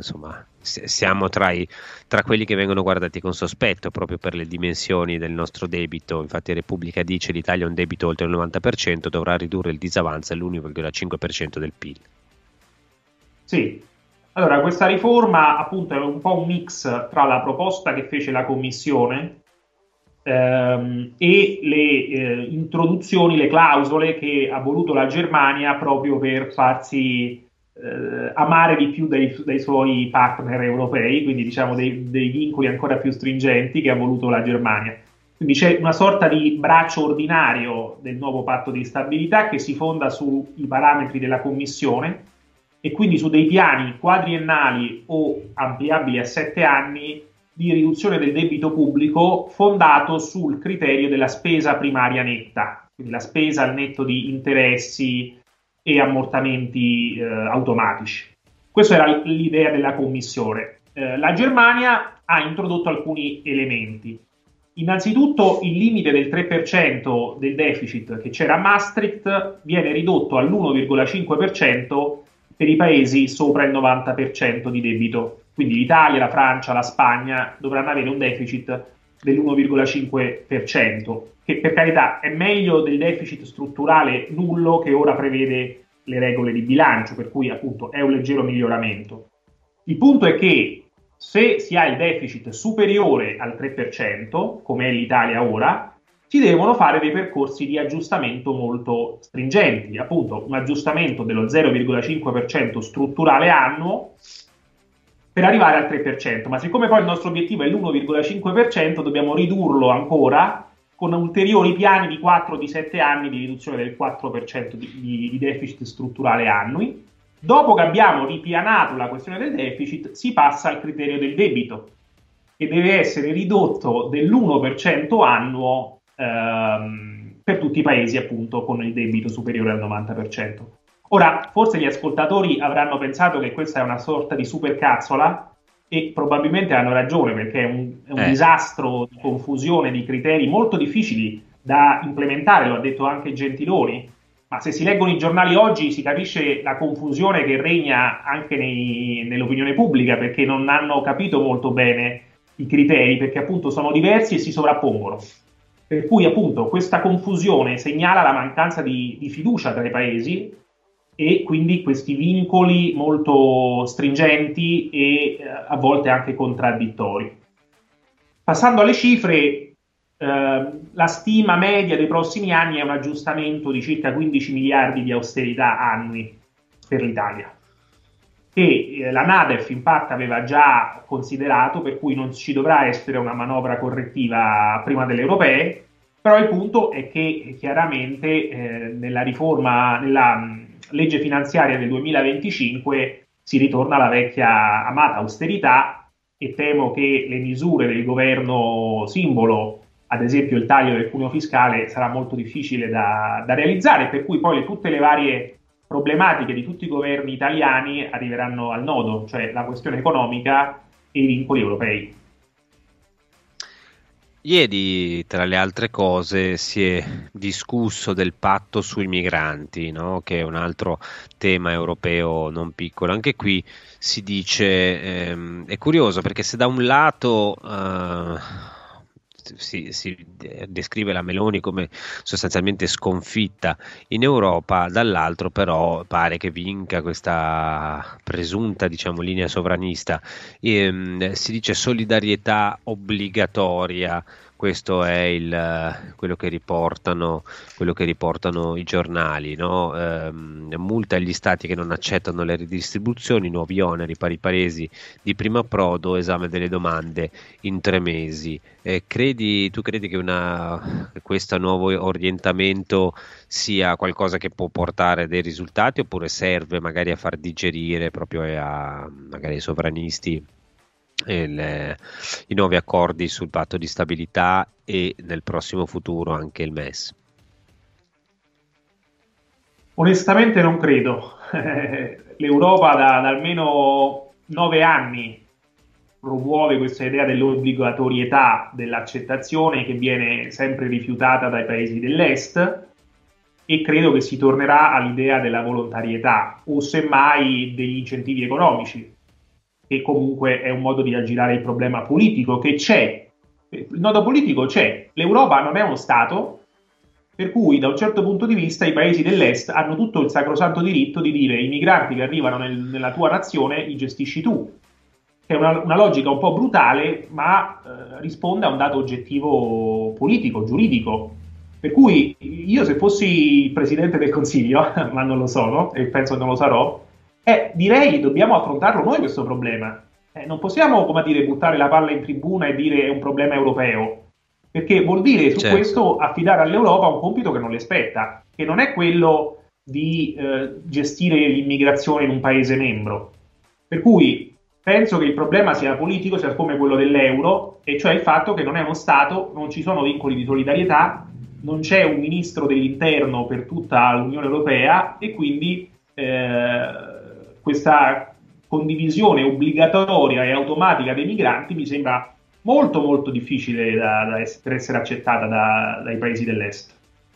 siamo tra quelli che vengono guardati con sospetto proprio per le dimensioni del nostro debito. Infatti Repubblica dice: l'Italia ha un debito oltre il 90%, dovrà ridurre il disavanzo all'1,5% del PIL. Sì, allora questa riforma appunto è un po' un mix tra la proposta che fece la Commissione e le introduzioni, le clausole che ha voluto la Germania proprio per farsi amare di più dai suoi partner europei, quindi diciamo dei vincoli ancora più stringenti che ha voluto la Germania. Quindi c'è una sorta di braccio ordinario del nuovo patto di stabilità che si fonda sui parametri della Commissione e quindi su dei piani quadriennali o ampliabili a 7 anni di riduzione del debito pubblico fondato sul criterio della spesa primaria netta, quindi la spesa al netto di interessi e ammortamenti automatici. Questa era l'idea della Commissione. La Germania ha introdotto alcuni elementi. Innanzitutto il limite del 3% del deficit che c'era a Maastricht viene ridotto all'1,5% per i paesi sopra il 90% di debito. Quindi l'Italia, la Francia, la Spagna dovranno avere un deficit dell'1,5%, che per carità è meglio del deficit strutturale nullo che ora prevede le regole di bilancio, per cui appunto è un leggero miglioramento. Il punto è che se si ha il deficit superiore al 3%, come è l'Italia ora, si devono fare dei percorsi di aggiustamento molto stringenti, appunto un aggiustamento dello 0,5% strutturale annuo per arrivare al 3%, ma siccome poi il nostro obiettivo è l'1,5%, dobbiamo ridurlo ancora con ulteriori piani di 4 di 7 anni di riduzione del 4% di deficit strutturale annui. Dopo che abbiamo ripianato la questione del deficit, si passa al criterio del debito, che deve essere ridotto dell'1% annuo per tutti i paesi appunto con il debito superiore al 90%. Ora, forse gli ascoltatori avranno pensato che questa è una sorta di supercazzola e probabilmente hanno ragione, perché è un disastro di confusione di criteri molto difficili da implementare, lo ha detto anche Gentiloni. Ma se si leggono i giornali oggi si capisce la confusione che regna anche nell'opinione pubblica, perché non hanno capito molto bene i criteri, perché appunto sono diversi e si sovrappongono. Per cui appunto questa confusione segnala la mancanza di fiducia tra i paesi e quindi questi vincoli molto stringenti e a volte anche contraddittori. Passando alle cifre, la stima media dei prossimi anni è un aggiustamento di circa 15 miliardi di austerità annui per l'Italia, che la NADEF infatti aveva già considerato, per cui non ci dovrà essere una manovra correttiva prima delle europee, però il punto è che chiaramente nella legge finanziaria del 2025 si ritorna alla vecchia amata austerità e temo che le misure del governo simbolo, ad esempio il taglio del cuneo fiscale, sarà molto difficile da realizzare, per cui poi tutte le varie problematiche di tutti i governi italiani arriveranno al nodo, cioè la questione economica e i vincoli europei. Ieri, tra le altre cose, si è discusso del patto sui migranti, no? Che è un altro tema europeo non piccolo. Anche qui si dice, è curioso perché se da un lato si descrive la Meloni come sostanzialmente sconfitta in Europa, dall'altro però pare che vinca questa presunta, diciamo, linea sovranista. Si dice solidarietà obbligatoria. Questo è quello che riportano i giornali, no? Multa agli stati che non accettano le ridistribuzioni, nuovi oneri per i paesi di primo approdo, esame delle domande in 3 mesi. Tu credi che questo nuovo orientamento sia qualcosa che può portare dei risultati, oppure serve magari a far digerire proprio magari ai sovranisti i nuovi accordi sul patto di stabilità e nel prossimo futuro anche il MES? Onestamente non credo. L'Europa da almeno 9 anni promuove questa idea dell'obbligatorietà dell'accettazione, che viene sempre rifiutata dai paesi dell'Est, e credo che si tornerà all'idea della volontarietà o semmai degli incentivi economici, che comunque è un modo di aggirare il problema politico che c'è. Il nodo politico c'è. L'Europa non è uno Stato, per cui da un certo punto di vista i paesi dell'Est hanno tutto il sacrosanto diritto di dire: i migranti che arrivano nella tua nazione li gestisci tu. È una logica un po' brutale, ma risponde a un dato oggettivo politico, giuridico. Per cui io, se fossi il Presidente del Consiglio, ma non lo sono e penso che non lo sarò, direi dobbiamo affrontarlo noi questo problema. Non possiamo, come dire, buttare la palla in tribuna e dire è un problema europeo. perché vuol dire su questo affidare all'Europa un compito che non le spetta, che non è quello di gestire l'immigrazione in un paese membro. Per cui penso che il problema sia politico, sia come quello dell'euro, e cioè il fatto che non è uno Stato, non ci sono vincoli di solidarietà, non c'è un ministro dell'interno per tutta l'Unione Europea, e quindi questa condivisione obbligatoria e automatica dei migranti mi sembra molto molto difficile per essere accettata dai paesi dell'est.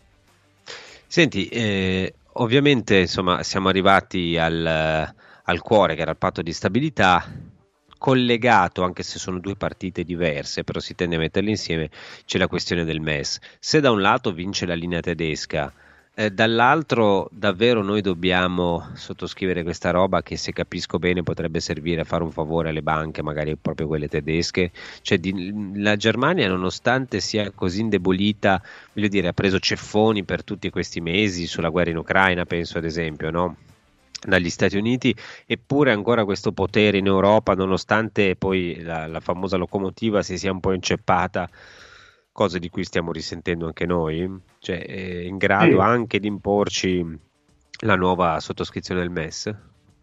Senti, ovviamente insomma siamo arrivati al cuore, che era il patto di stabilità, collegato, anche se sono due partite diverse, però si tende a metterle insieme, c'è la questione del MES. Se da un lato vince la linea tedesca, dall'altro davvero noi dobbiamo sottoscrivere questa roba che, se capisco bene, potrebbe servire a fare un favore alle banche, magari proprio quelle tedesche. Cioè la Germania, nonostante sia così indebolita, voglio dire, ha preso ceffoni per tutti questi mesi sulla guerra in Ucraina, penso ad esempio, no? Dagli Stati Uniti, eppure ancora questo potere in Europa, nonostante poi la famosa locomotiva si sia un po' inceppata, cose di cui stiamo risentendo anche noi, cioè è in grado anche di imporci la nuova sottoscrizione del MES?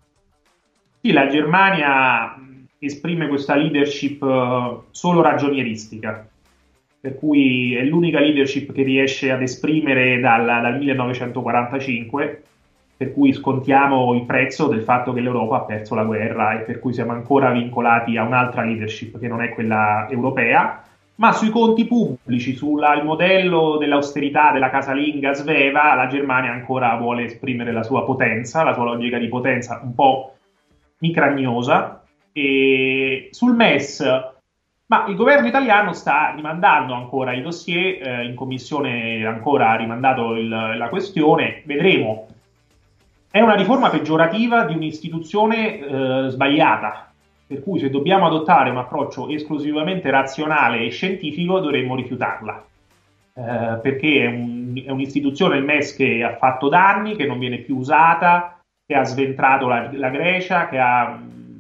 Sì, la Germania esprime questa leadership solo ragionieristica, per cui è l'unica leadership che riesce ad esprimere dal 1945, per cui scontiamo il prezzo del fatto che l'Europa ha perso la guerra e per cui siamo ancora vincolati a un'altra leadership che non è quella europea. Ma sui conti pubblici, sul modello dell'austerità della casalinga sveva, la Germania ancora vuole esprimere la sua potenza, la sua logica di potenza un po' micragnosa. E sul MES, ma il governo italiano sta rimandando ancora i dossier, in commissione ancora ha rimandato la questione, vedremo. È una riforma peggiorativa di un'istituzione sbagliata. Per cui se dobbiamo adottare un approccio esclusivamente razionale e scientifico dovremmo rifiutarla, perché è un'istituzione, il MES, che ha fatto danni, che non viene più usata, che ha sventrato la Grecia, che ha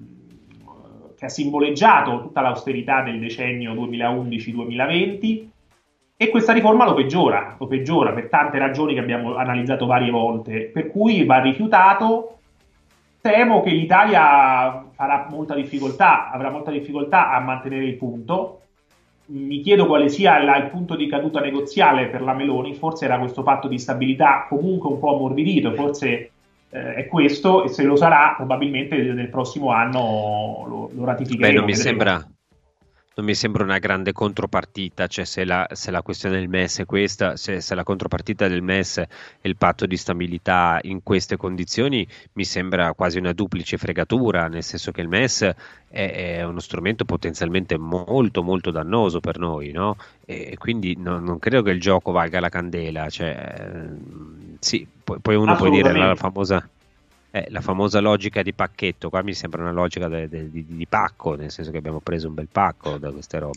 simboleggiato tutta l'austerità del decennio 2011-2020, e questa riforma lo peggiora per tante ragioni che abbiamo analizzato varie volte, per cui va rifiutato. Temo che l'Italia avrà molta difficoltà a mantenere il punto. Mi chiedo quale sia il punto di caduta negoziale per la Meloni. Forse era questo patto di stabilità comunque un po' ammorbidito, forse è questo, e se lo sarà probabilmente nel prossimo anno lo ratificheremo. Non mi sembra una grande contropartita, cioè se la questione del MES è questa, se la contropartita del MES è il patto di stabilità in queste condizioni, mi sembra quasi una duplice fregatura, nel senso che il MES è uno strumento potenzialmente molto molto dannoso per noi, no? E quindi non credo che il gioco valga la candela, cioè, sì, poi uno può dire la famosa logica di pacchetto. Qua mi sembra una logica di pacco, nel senso che abbiamo preso un bel pacco da queste robe.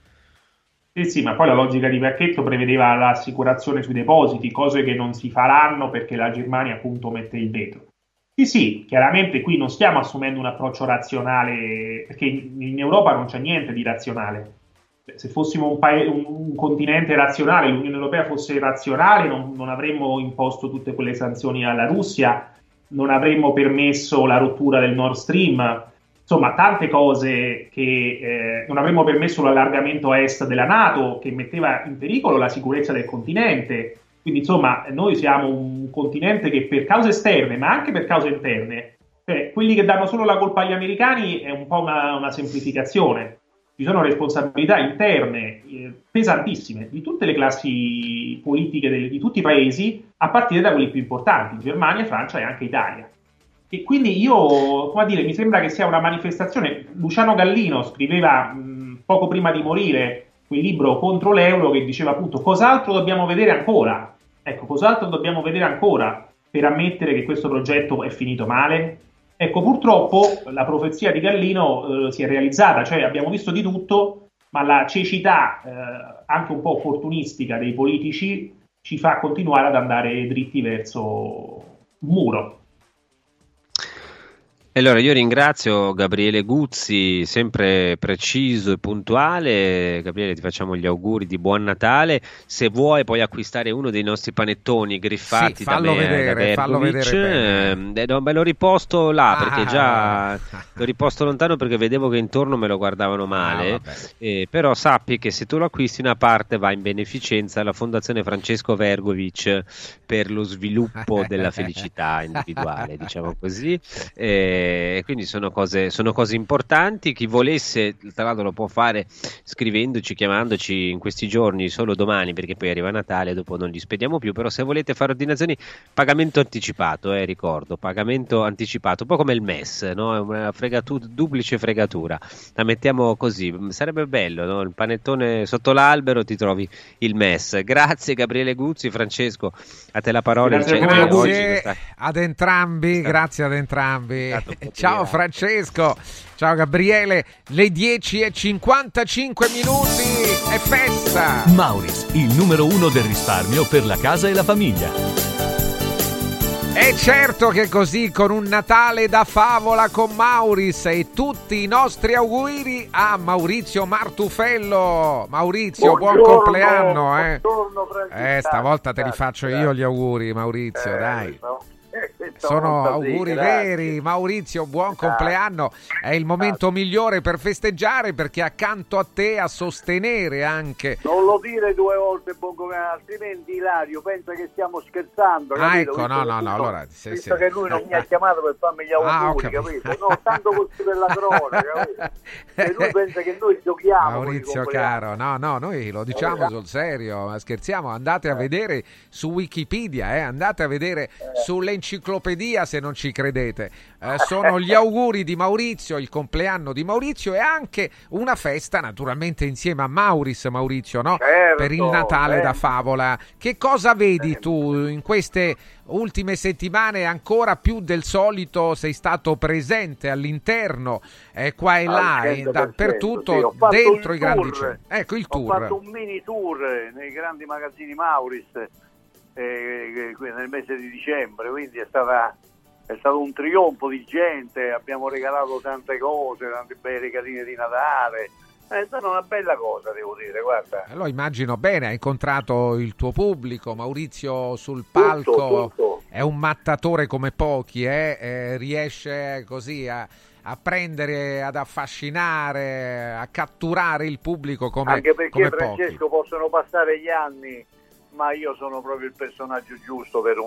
Sì, ma poi la logica di pacchetto prevedeva l'assicurazione sui depositi, cose che non si faranno perché la Germania appunto mette il veto. Sì, chiaramente qui non stiamo assumendo un approccio razionale, perché in Europa non c'è niente di razionale. Se fossimo un continente razionale, l'Unione Europea fosse razionale, non avremmo imposto tutte quelle sanzioni alla Russia, non avremmo permesso la rottura del Nord Stream, insomma tante cose che non avremmo permesso l'allargamento a est della NATO, che metteva in pericolo la sicurezza del continente. Quindi insomma noi siamo un continente che per cause esterne ma anche per cause interne, quelli che danno solo la colpa agli americani è un po' una semplificazione. Ci sono responsabilità interne pesantissime di tutte le classi politiche di tutti i paesi, a partire da quelli più importanti, Germania, Francia e anche Italia. E quindi mi sembra che sia una manifestazione. Luciano Gallino scriveva poco prima di morire quel libro contro l'euro, che diceva appunto cos'altro dobbiamo vedere ancora? Ecco, cos'altro dobbiamo vedere ancora per ammettere che questo progetto è finito male? Ecco, purtroppo la profezia di Gallino si è realizzata, cioè abbiamo visto di tutto, ma la cecità anche un po' opportunistica dei politici ci fa continuare ad andare dritti verso un muro. Allora, io ringrazio Gabriele Guzzi, sempre preciso e puntuale. Gabriele, ti facciamo gli auguri di buon Natale. Se vuoi puoi acquistare uno dei nostri panettoni griffati da me, fallo vedere no, me lo riposto là, perché già l'ho riposto lontano perché vedevo che intorno me lo guardavano male. Però sappi che se tu lo acquisti, una parte va in beneficenza alla Fondazione Francesco Vergovic per lo sviluppo della felicità individuale, diciamo così. Quindi sono cose importanti. Chi volesse, tra l'altro, lo può fare scrivendoci, chiamandoci in questi giorni, solo domani, perché poi arriva Natale, dopo non li spediamo più. Però se volete fare ordinazioni, pagamento anticipato, ricordo, pagamento anticipato, un po' come il MES, no? È una duplice fregatura, la mettiamo così, sarebbe bello, no? Il panettone sotto l'albero, ti trovi il MES. Grazie Gabriele Guzzi. Francesco, a te la parola. Grazie ad entrambi, grazie ad entrambi. Ciao Francesco, ciao Gabriele. Le 10:55 minuti, è festa. Mauris, il numero 1 del risparmio per la casa e la famiglia. E certo che così, con un Natale da favola con Mauris, e tutti i nostri auguri a Maurizio Martufello. Maurizio, buon compleanno. Buongiorno, stavolta te li faccio io gli auguri, Maurizio, dai. Sono auguri veri. Maurizio, buon compleanno. È il momento migliore per festeggiare, perché accanto a te a sostenere anche. Non lo dire 2 volte buon compleanno, altrimenti Ilario pensa che stiamo scherzando, capito? Ecco, no, allora visto che lui non mi ha chiamato per farmi gli auguri, capito? No, tanto così per la cronaca, capito? E lui pensa che noi giochiamo. Maurizio caro, no, noi lo diciamo sul serio, ma scherziamo. Andate a vedere su Wikipedia, andate a vedere sull'enciclopedia se non ci credete. Sono gli auguri di Maurizio, il compleanno di Maurizio, e anche una festa naturalmente insieme a Maurizio, no? Certo, per il Natale da favola. Che cosa vedi tu in queste ultime settimane? Ancora più del solito sei stato presente all'interno, qua e là, dappertutto, sì, dentro i grandi centri. Ecco il tour. Ho fatto un mini tour nei grandi magazzini Mauris nel mese di dicembre, quindi è stato un trionfo di gente. Abbiamo regalato tante cose, tanti bei regalini di Natale. È stata una bella cosa, devo dire, guarda. Lo immagino bene, hai incontrato il tuo pubblico, Maurizio sul palco. Tutto. È un mattatore come pochi, riesce così a prendere, ad affascinare, a catturare il pubblico come anche perché come Francesco pochi. Possono passare gli anni, ma io sono proprio il personaggio giusto per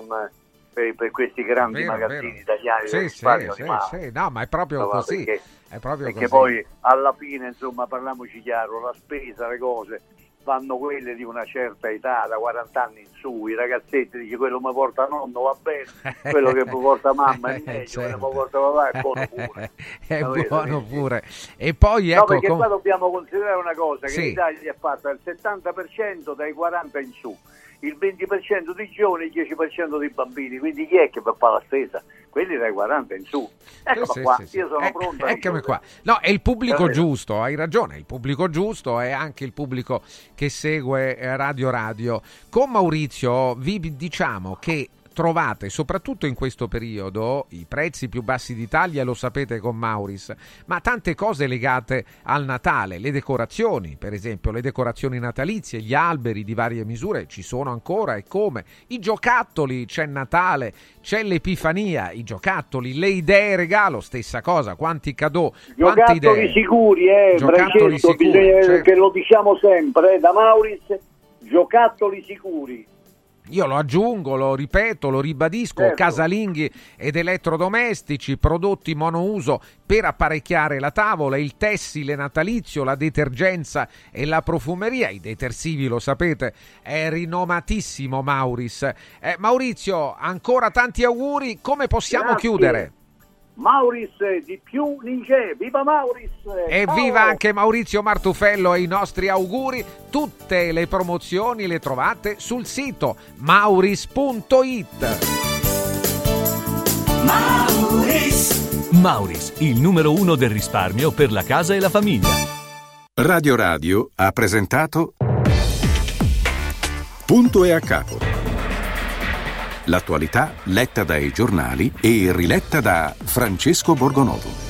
questi grandi magazzini italiani. Sì, no, ma è proprio così. Perché poi alla fine, insomma, parliamoci chiaro, la spesa, le cose vanno quelle di una certa età, da 40 anni in su. I ragazzetti dice quello mi porta nonno va bene, quello che mi porta mamma è meglio, quello mi porta papà è buono pure. È buono pure. E poi no, perché qua dobbiamo considerare una cosa, che sì, l'Italia è fatta il 70% dai 40 in su, il 20% di giovani, il 10% di bambini. Quindi chi è che va a fare la spesa? Quelli dai 40 in su. Ecco qua, io sono pronto. Eccomi qua. No, è il pubblico giusto, hai ragione, il pubblico giusto è anche il pubblico che segue Radio. Con Maurizio vi diciamo che trovate, soprattutto in questo periodo, i prezzi più bassi d'Italia, lo sapete con Mauris, ma tante cose legate al Natale, le decorazioni, per esempio, le decorazioni natalizie, gli alberi di varie misure ci sono ancora, e come, i giocattoli, c'è Natale, c'è l'Epifania, i giocattoli, le idee regalo, stessa cosa, quanti cadeau, quante idee. Giocattoli sicuri, giocattoli sicuri, bisogna, certo, che lo diciamo sempre, da Mauris, giocattoli sicuri. Io lo aggiungo, lo ripeto, lo ribadisco, certo, casalinghi ed elettrodomestici, prodotti monouso per apparecchiare la tavola, il tessile natalizio, la detergenza e la profumeria. I detersivi, lo sapete, è rinomatissimo Mauris. Maurizio, ancora tanti auguri, come possiamo chiudere? Mauris di più Ninja, viva Mauris! E ciao, viva anche Maurizio Martufello, e i nostri auguri. Tutte le promozioni le trovate sul sito mauris.it. Mauris, il numero 1 del risparmio per la casa e la famiglia. Radio ha presentato Punto e a capo. L'attualità letta dai giornali e riletta da Francesco Borgonovo.